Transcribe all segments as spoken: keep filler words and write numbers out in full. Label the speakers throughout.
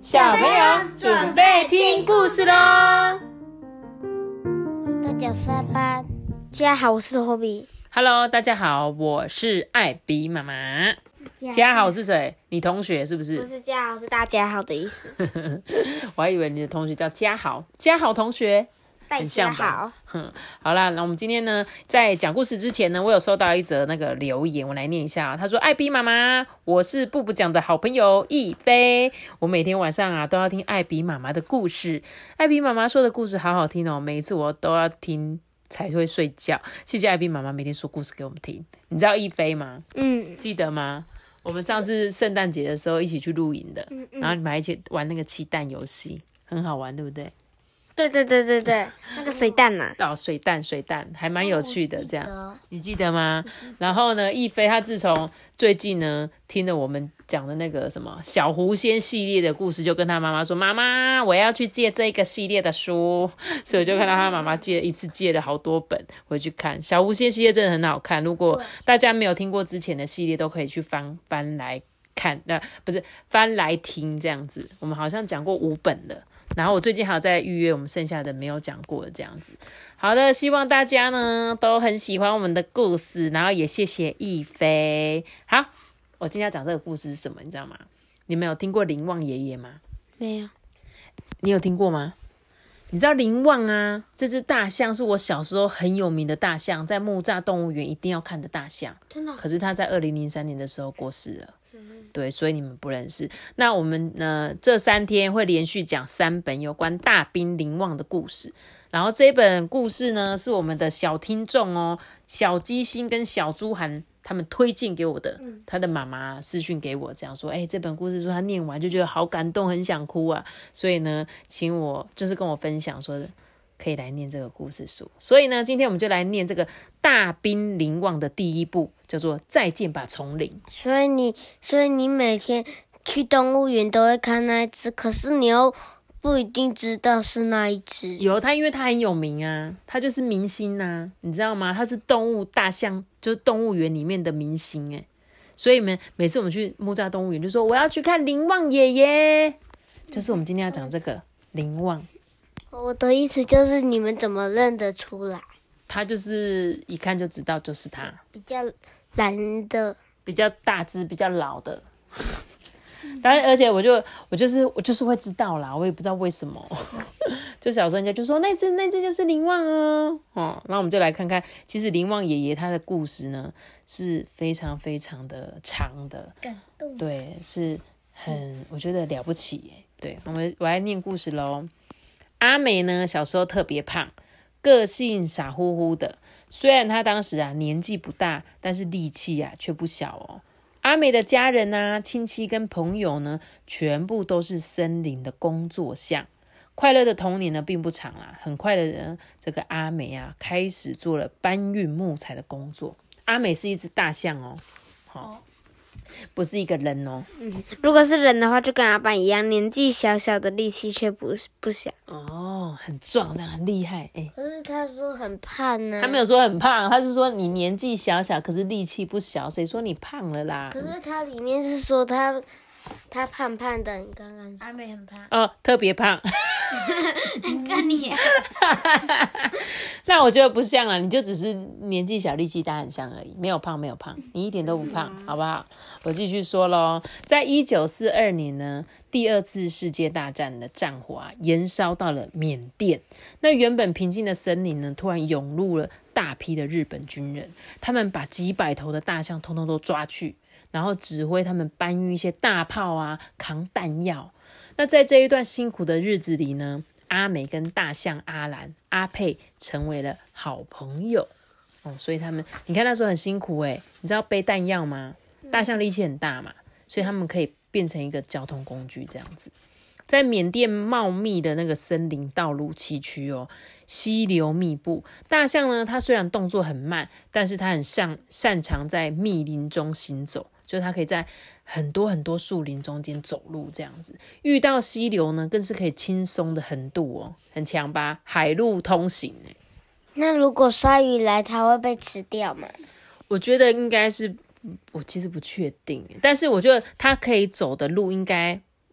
Speaker 1: 小朋友准备听故事咯。
Speaker 2: 大家三班，大家好，我是托比。
Speaker 1: Hello， 大家好，我是艾比妈妈。家好是谁？你同学是不是？
Speaker 2: 不是家好，是大家好的意思。
Speaker 1: 我还以为你的同学叫家豪，家豪同学。
Speaker 2: 很像吧？
Speaker 1: 好，好啦，那我们今天呢，在讲故事之前呢，我有收到一则那个留言，我来念一下。他说：“艾比妈妈，我是布布讲的好朋友亦菲，我每天晚上啊都要听艾比妈妈的故事。艾比妈妈说的故事好好听哦，每一次我都要听才会睡觉。谢谢艾比妈妈每天说故事给我们听。你知道亦菲吗？嗯，记得吗？我们上次圣诞节的时候一起去露营的，嗯嗯然后你们还一起玩那个气弹游戏，很好玩，对不对？”
Speaker 2: 对对对对对，那个水弹呐、
Speaker 1: 啊，哦，水弹水弹还蛮有趣的，这样、哦、你记得吗？然后呢，亦菲她自从最近呢听了我们讲的那个什么小狐仙系列的故事，就跟她妈妈说：“妈妈，我要去借这个系列的书。”所以我就看到她妈妈借一次借了好多本回去看。小狐仙系列真的很好看，如果大家没有听过之前的系列，都可以去翻翻来看，那、呃、不是翻来听这样子。我们好像讲过五本了。然后我最近还有在预约我们剩下的没有讲过的这样子。好的，希望大家呢都很喜欢我们的故事，然后也谢谢亦菲。好，我今天要讲这个故事是什么，你知道吗？你们有听过林旺爷爷吗？
Speaker 2: 没有。
Speaker 1: 你有听过吗？你知道林旺啊，这只大象是我小时候很有名的大象，在木栅动物园一定要看的大象。
Speaker 2: 真的？
Speaker 1: 可是他在二零零三年的时候过世了。对，所以你们不认识。那我们呢？这三天会连续讲三本有关大兵林旺的故事。然后这本故事呢，是我们的小听众哦，小鸡心跟小猪涵他们推荐给我的。嗯、他的妈妈私讯给我，这样说：“哎、欸，这本故事说他念完就觉得好感动，很想哭啊。”所以呢，请我就是跟我分享说的。可以来念这个故事书，所以呢，今天我们就来念这个大兵林旺的第一部，叫做《再见吧丛林》。
Speaker 2: 所以你，所以你每天去动物园都会看那一只，可是你又不一定知道是那一只。
Speaker 1: 有他，因为他很有名啊，他就是明星啊，你知道吗？他是动物大象，就是动物园里面的明星哎，所以每每次我们去木栅动物园，就说我要去看林旺爷爷，就是我们今天要讲这个林旺。
Speaker 2: 我的意思就是，你们怎么认得出来？
Speaker 1: 他就是一看就知道就是他，
Speaker 2: 比较蓝的，
Speaker 1: 比较大只，比较老的。当然，而且我就我就是我就是会知道啦，我也不知道为什么。就小时候人家就说那只那只就是林旺哦，哦，那我们就来看看，其实林旺爷爷他的故事呢是非常非常的长的，
Speaker 2: 感动，
Speaker 1: 对，是很我觉得了不起耶。对，我们我来念故事咯。阿美呢，小时候特别胖，个性傻乎乎的。虽然她当时啊年纪不大，但是力气啊却不小哦。阿美的家人啊、亲戚跟朋友呢，全部都是森林的工作象。快乐的童年呢并不长啦，很快的人，这个阿美啊开始做了搬运木材的工作。阿美是一只大象哦，好。不是一个人哦、
Speaker 2: 嗯，如果是人的话，就跟阿爸一样，年纪小小的，力气却不不小
Speaker 1: 哦，很壮，这样很厉害。哎，
Speaker 2: 可是他说很胖呢、啊，
Speaker 1: 他没有说很胖，他是说你年纪小小，可是力气不小，谁说你胖了啦？
Speaker 2: 可是他里面是说他他胖胖的，你刚刚说阿美很胖
Speaker 1: 哦，特别胖，
Speaker 2: 跟你、啊，
Speaker 1: 那我觉得不像啦，你就只是年纪小，力气大，很像而已，没有胖，没有胖，你一点都不胖，好不好？我继续说咯，在一九四二年呢，第二次世界大战的战火啊，延烧到了缅甸。那原本平静的森林呢，突然涌入了大批的日本军人，他们把几百头的大象通通都抓去，然后指挥他们搬运一些大炮啊，扛弹药。那在这一段辛苦的日子里呢，阿美跟大象阿兰、阿佩成为了好朋友。哦，所以他们，你看那时候很辛苦诶，你知道背弹药吗？大象力气很大嘛，所以他们可以变成一个交通工具这样子。在缅甸茂密的那个森林道路崎岖哦，溪流密布。大象呢，它虽然动作很慢，但是它很擅擅长在密林中行走，就是它可以在很多很多树林中间走路这样子。遇到溪流呢，更是可以轻松的横渡哦，很强吧？海陆通行耶。
Speaker 2: 那如果鲨鱼来，它会被吃掉吗？
Speaker 1: 我觉得应该是，我其实不确定，但是我觉得它可以走的路应该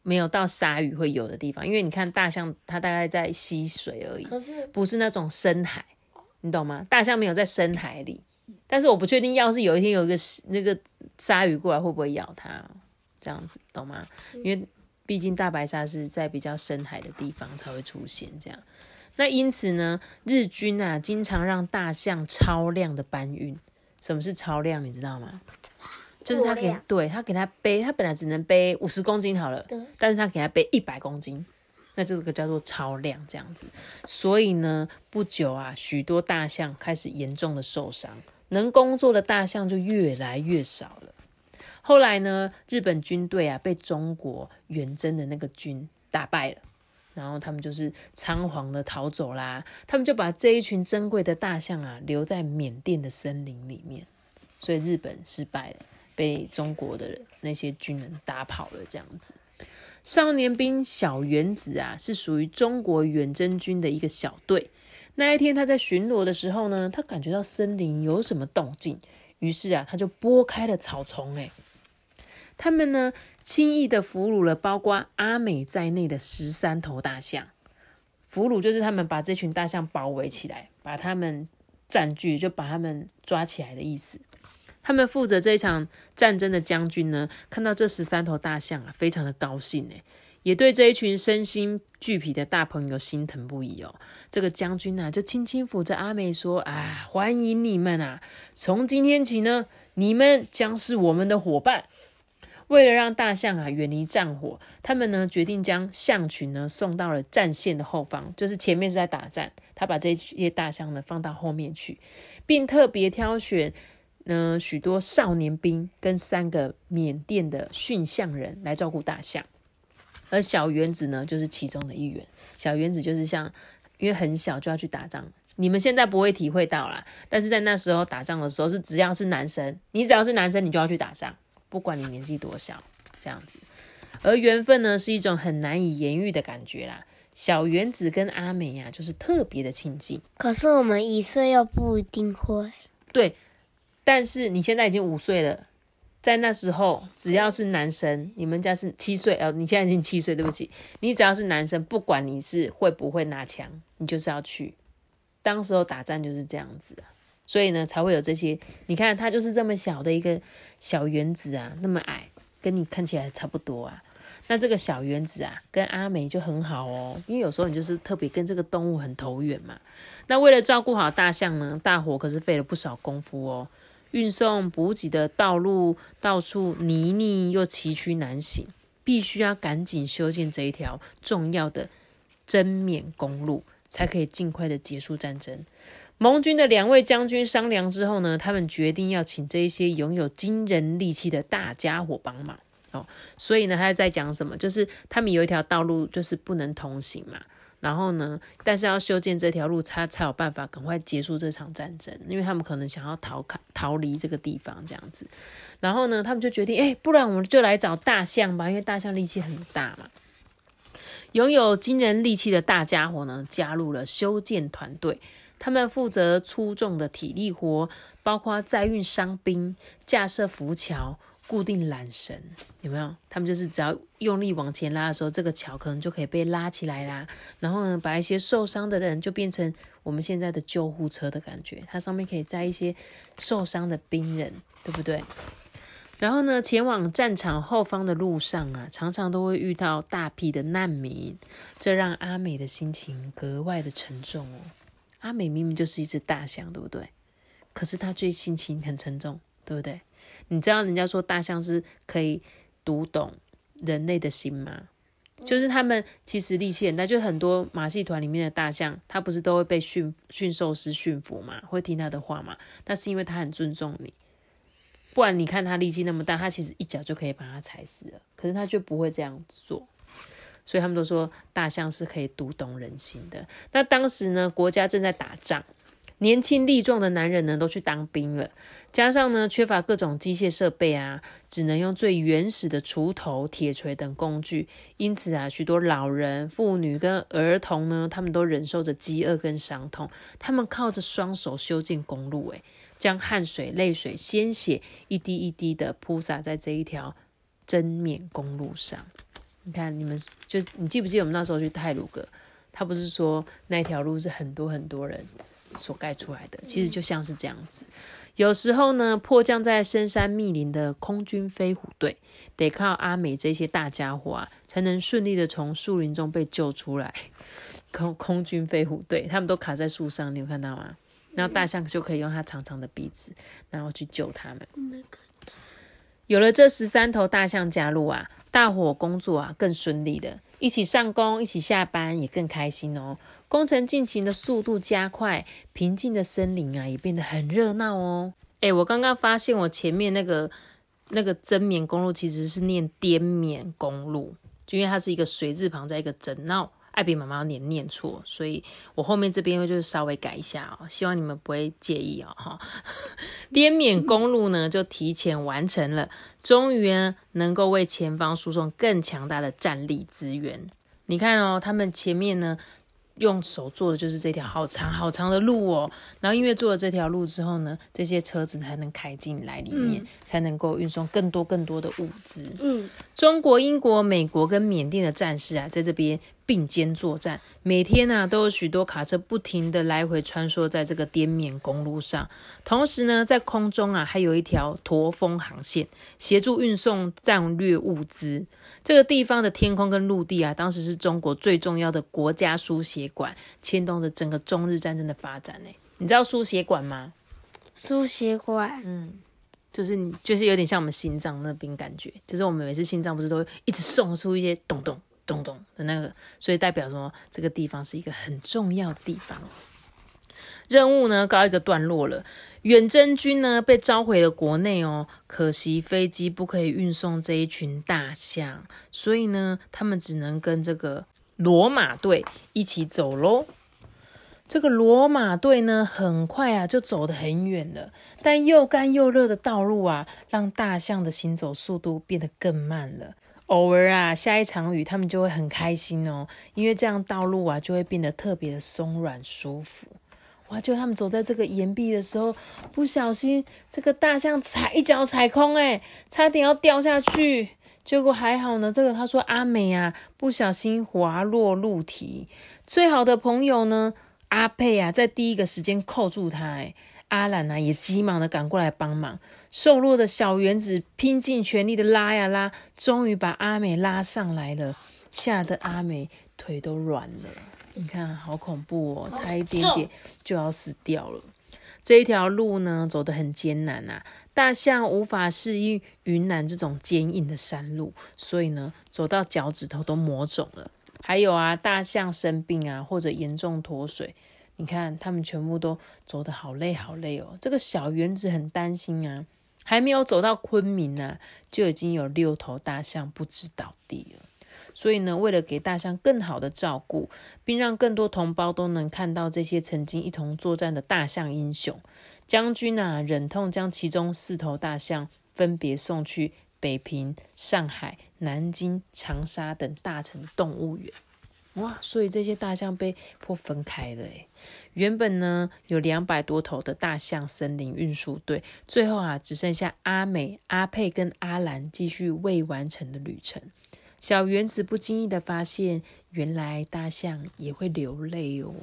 Speaker 1: 没有到鲨鱼会有的地方，因为你看大象它大概在溪水而已，
Speaker 2: 可是
Speaker 1: 不是那种深海，你懂吗？大象没有在深海里，但是我不确定，要是有一天有一个那个鲨鱼过来，会不会咬它？这样子，懂吗？因为毕竟大白鲨是在比较深海的地方才会出现这样。那因此呢，日军啊经常让大象超量的搬运。什么是超量？你知道吗？就是他给对他给他背，他本来只能背五十公斤好了，但是他给他背一百公斤，那这个叫做超量这样子。所以呢，不久啊，许多大象开始严重的受伤，能工作的大象就越来越少了。后来呢，日本军队啊被中国远征的那个军打败了，然后他们就是仓皇的逃走啦。他们就把这一群珍贵的大象啊留在缅甸的森林里面，所以日本失败了。被中国的那些军人打跑了这样子。少年兵小原子啊，是属于中国远征军的一个小队。那一天他在巡逻的时候呢，他感觉到森林有什么动静，于是啊，他就拨开了草丛。哎，他们呢，轻易的俘虏了包括阿美在内的十三头大象。俘虏就是他们把这群大象包围起来，把他们占据，就把他们抓起来的意思。他们负责这一场战争的将军呢，看到这十三头大象啊，非常的高兴诶，也对这一群身心俱疲的大朋友心疼不已哦。这个将军啊，就轻轻抚着阿美说：“啊，欢迎你们啊！从今天起呢，你们将是我们的伙伴。”为了让大象啊远离战火，他们呢决定将象群呢送到了战线的后方，就是前面是在打战，他把这些大象呢放到后面去，并特别挑选。呢，许多少年兵跟三个缅甸的驯象人来照顾大象，而小原子呢，就是其中的一员。小原子就是像，因为很小就要去打仗，你们现在不会体会到啦，但是在那时候打仗的时候，是只要是男生，你只要是男生，你就要去打仗，不管你年纪多小，这样子。而缘分呢，是一种很难以言喻的感觉啦。小原子跟阿美啊，就是特别的亲近。
Speaker 2: 可是我们一岁又不一定会。
Speaker 1: 对。但是你现在已经五岁了，在那时候只要是男生，你们家是七岁哦，你现在已经七岁，对不起，你只要是男生，不管你是会不会拿枪，你就是要去。当时候打战就是这样子啊，所以呢才会有这些。你看他就是这么小的一个小原子啊，那么矮，跟你看起来差不多啊。那这个小原子啊，跟阿美就很好哦，因为有时候你就是特别跟这个动物很投缘嘛。那为了照顾好大象呢，大伙可是费了不少功夫哦。运送补给的道路到处泥泞又崎岖难行，必须要赶紧修建这一条重要的真缅公路，才可以尽快的结束战争。盟军的两位将军商量之后呢，他们决定要请这一些拥有惊人力气的大家伙帮忙。哦，所以呢，他在讲什么？就是他们有一条道路就是不能通行嘛。然后呢，但是要修建这条路，他才有办法赶快结束这场战争，因为他们可能想要逃逃离这个地方这样子。然后呢，他们就决定，哎，不然我们就来找大象吧，因为大象力气很大嘛。拥有惊人力气的大家伙呢，加入了修建团队，他们负责粗重的体力活，包括载运伤兵、架设浮桥、固定缆绳，有没有？他们就是只要用力往前拉的时候，这个桥可能就可以被拉起来啦。然后呢，把一些受伤的人就变成我们现在的救护车的感觉，它上面可以载一些受伤的兵人，对不对？然后呢，前往战场后方的路上啊，常常都会遇到大批的难民，这让阿美的心情格外的沉重哦。阿美明明就是一只大象，对不对？可是她最心情很沉重，对不对？你知道人家说大象是可以读懂人类的心吗？就是他们其实力气很大，就很多马戏团里面的大象，它不是都会被驯驯兽师驯服嘛，会听他的话嘛？那是因为他很尊重你，不然你看他力气那么大，他其实一脚就可以把他踩死了，可是他却不会这样做。所以他们都说大象是可以读懂人心的。那当时呢，国家正在打仗，年轻力壮的男人呢都去当兵了，加上呢缺乏各种机械设备啊，只能用最原始的锄头、铁锤等工具，因此啊，许多老人、妇女跟儿童呢，他们都忍受着饥饿跟伤痛，他们靠着双手修建公路，诶，将汗水、泪水、鲜血一滴一滴的铺洒在这一条真缅公路上。 你看，你们就你记不记得我们那时候去太鲁阁，他不是说那条路是很多很多人所盖出来的，其实就像是这样子。有时候呢，迫降在深山密林的空军飞虎队，得靠阿美这些大家伙啊，才能顺利的从树林中被救出来。空空军飞虎队，他们都卡在树上，你有看到吗？然后大象就可以用它长长的鼻子，然后去救他们。有了这十三头大象加入啊，大伙工作啊更顺利的，一起上工，一起下班，也更开心哦。工程进行的速度加快，平静的森林啊也变得很热闹哦。哎，我刚刚发现我前面那个那个真棉公路其实是念滇缅公路，就因为它是一个水字旁在一个真，然后艾比妈妈念念错，所以我后面这边就是稍微改一下哦，希望你们不会介意哦。哈，滇缅公路呢就提前完成了，终于呢能够为前方输送更强大的战力资源。你看哦，他们前面呢用手做的就是这条好长好长的路哦，然后因为做了这条路之后呢，这些车子才能开进来里面，嗯、才能够运送更多更多的物资。嗯，中国、英国、美国跟缅甸的战士啊，在这边并肩作战，每天啊都有许多卡车不停的来回穿梭在这个滇缅公路上，同时呢，在空中啊还有一条驼峰航线，协助运送战略物资。这个地方的天空跟陆地啊，当时是中国最重要的国家输血管，牵动着整个中日战争的发展。你知道输血管吗？
Speaker 2: 输血管，
Speaker 1: 嗯，就是你就是有点像我们心脏那边感觉，就是我们每次心脏不是都会一直送出一些咚咚咚咚的那个，所以代表说这个地方是一个很重要的地方。任务呢告一个段落了，远征军呢被召回了国内哦，可惜飞机不可以运送这一群大象，所以呢他们只能跟这个罗马队一起走咯。这个罗马队呢很快啊就走得很远了，但又干又热的道路啊让大象的行走速度变得更慢了。偶尔啊下一场雨他们就会很开心哦，因为这样道路啊就会变得特别的松软舒服。哇！就他们走在这个岩壁的时候，不小心这个大象踩一脚踩空，哎，差点要掉下去。结果还好呢，这个他说阿美啊，不小心滑落路堤。最好的朋友呢，阿佩啊，在第一个时间扣住他，哎，阿兰啊也急忙的赶过来帮忙。瘦弱的小原子拼尽全力的拉呀拉，终于把阿美拉上来了，吓得阿美腿都软了。你看好恐怖哦，差一点点就要死掉了。这一条路呢走得很艰难啊，大象无法适应云南这种坚硬的山路，所以呢走到脚趾头都磨肿了。还有啊，大象生病啊或者严重脱水，你看他们全部都走得好累好累哦。这个小原子很担心啊，还没有走到昆明啊，就已经有六头大象不知倒地了。所以呢，为了给大象更好的照顾，并让更多同胞都能看到这些曾经一同作战的大象英雄，将军啊忍痛将其中四头大象分别送去北平、上海、南京、长沙等大城动物园。哇，所以这些大象被迫分开了耶。原本呢有两百多头的大象森林运输队，最后啊只剩下阿美、阿佩跟阿兰继续未完成的旅程。小原子不经意的发现，原来大象也会流泪哦。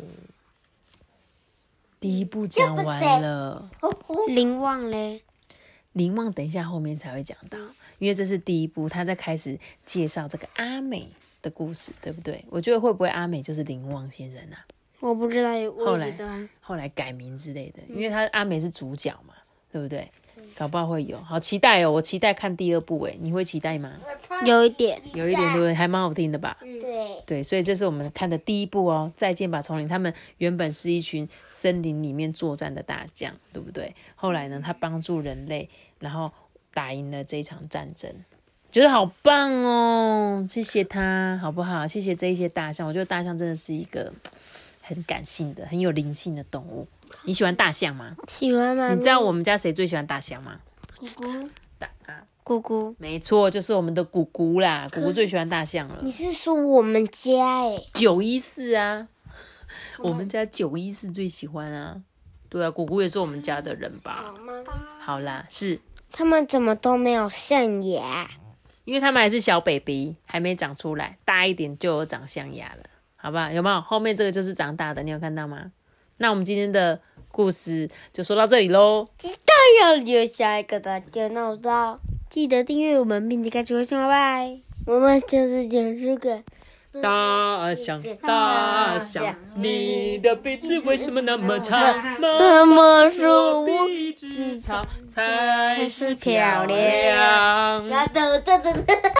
Speaker 1: 第一步讲完了，
Speaker 2: 林旺嘞？
Speaker 1: 林旺等一下后面才会讲到，因为这是第一步，他在开始介绍这个阿美的故事，对不对？我觉得会不会阿美就是林旺先生啊？
Speaker 2: 我不知道，
Speaker 1: 后来后来改名之类的，因为他阿美是主角嘛，对不对？搞不好会有，好期待哦！我期待看第二部诶，你会期待吗？
Speaker 2: 有一点，
Speaker 1: 有一点对不对？还蛮好听的吧？
Speaker 2: 嗯、对
Speaker 1: 对，所以这是我们看的第一部哦。再见吧，丛林！他们原本是一群森林里面作战的大将，对不对？后来呢，他帮助人类，然后打赢了这一场战争，觉得好棒哦！谢谢他，好不好？谢谢这一些大象，我觉得大象真的是一个很感性的、很有灵性的动物。你喜欢大象吗？
Speaker 2: 喜欢吗？
Speaker 1: 你知道我们家谁最喜欢大象吗？
Speaker 2: 姑姑。
Speaker 1: 大啊，
Speaker 2: 姑姑。
Speaker 1: 没错，就是我们的姑姑啦。姑姑最喜欢大象了。
Speaker 2: 你是说我们家诶？
Speaker 1: 九一四啊，我们家九一四最喜欢啊。对啊，姑姑也是我们家的人吧？好啦，是。
Speaker 2: 他们怎么都没有象牙？
Speaker 1: 因因为他们还是小 baby， 还没长出来，大一点就有长象牙了，好不好？有没有？后面这个就是长大的，你有看到吗？那我们今天的故事就说到这里咯。
Speaker 2: 知道要留下一个大家脑道，记得订阅我们，并且开启微信，拜拜。我们就是讲这个。
Speaker 1: 大象，大象，你的鼻子为什么那么长？
Speaker 2: 那么说，
Speaker 1: 鼻子长才是漂亮。
Speaker 2: 噔噔噔噔。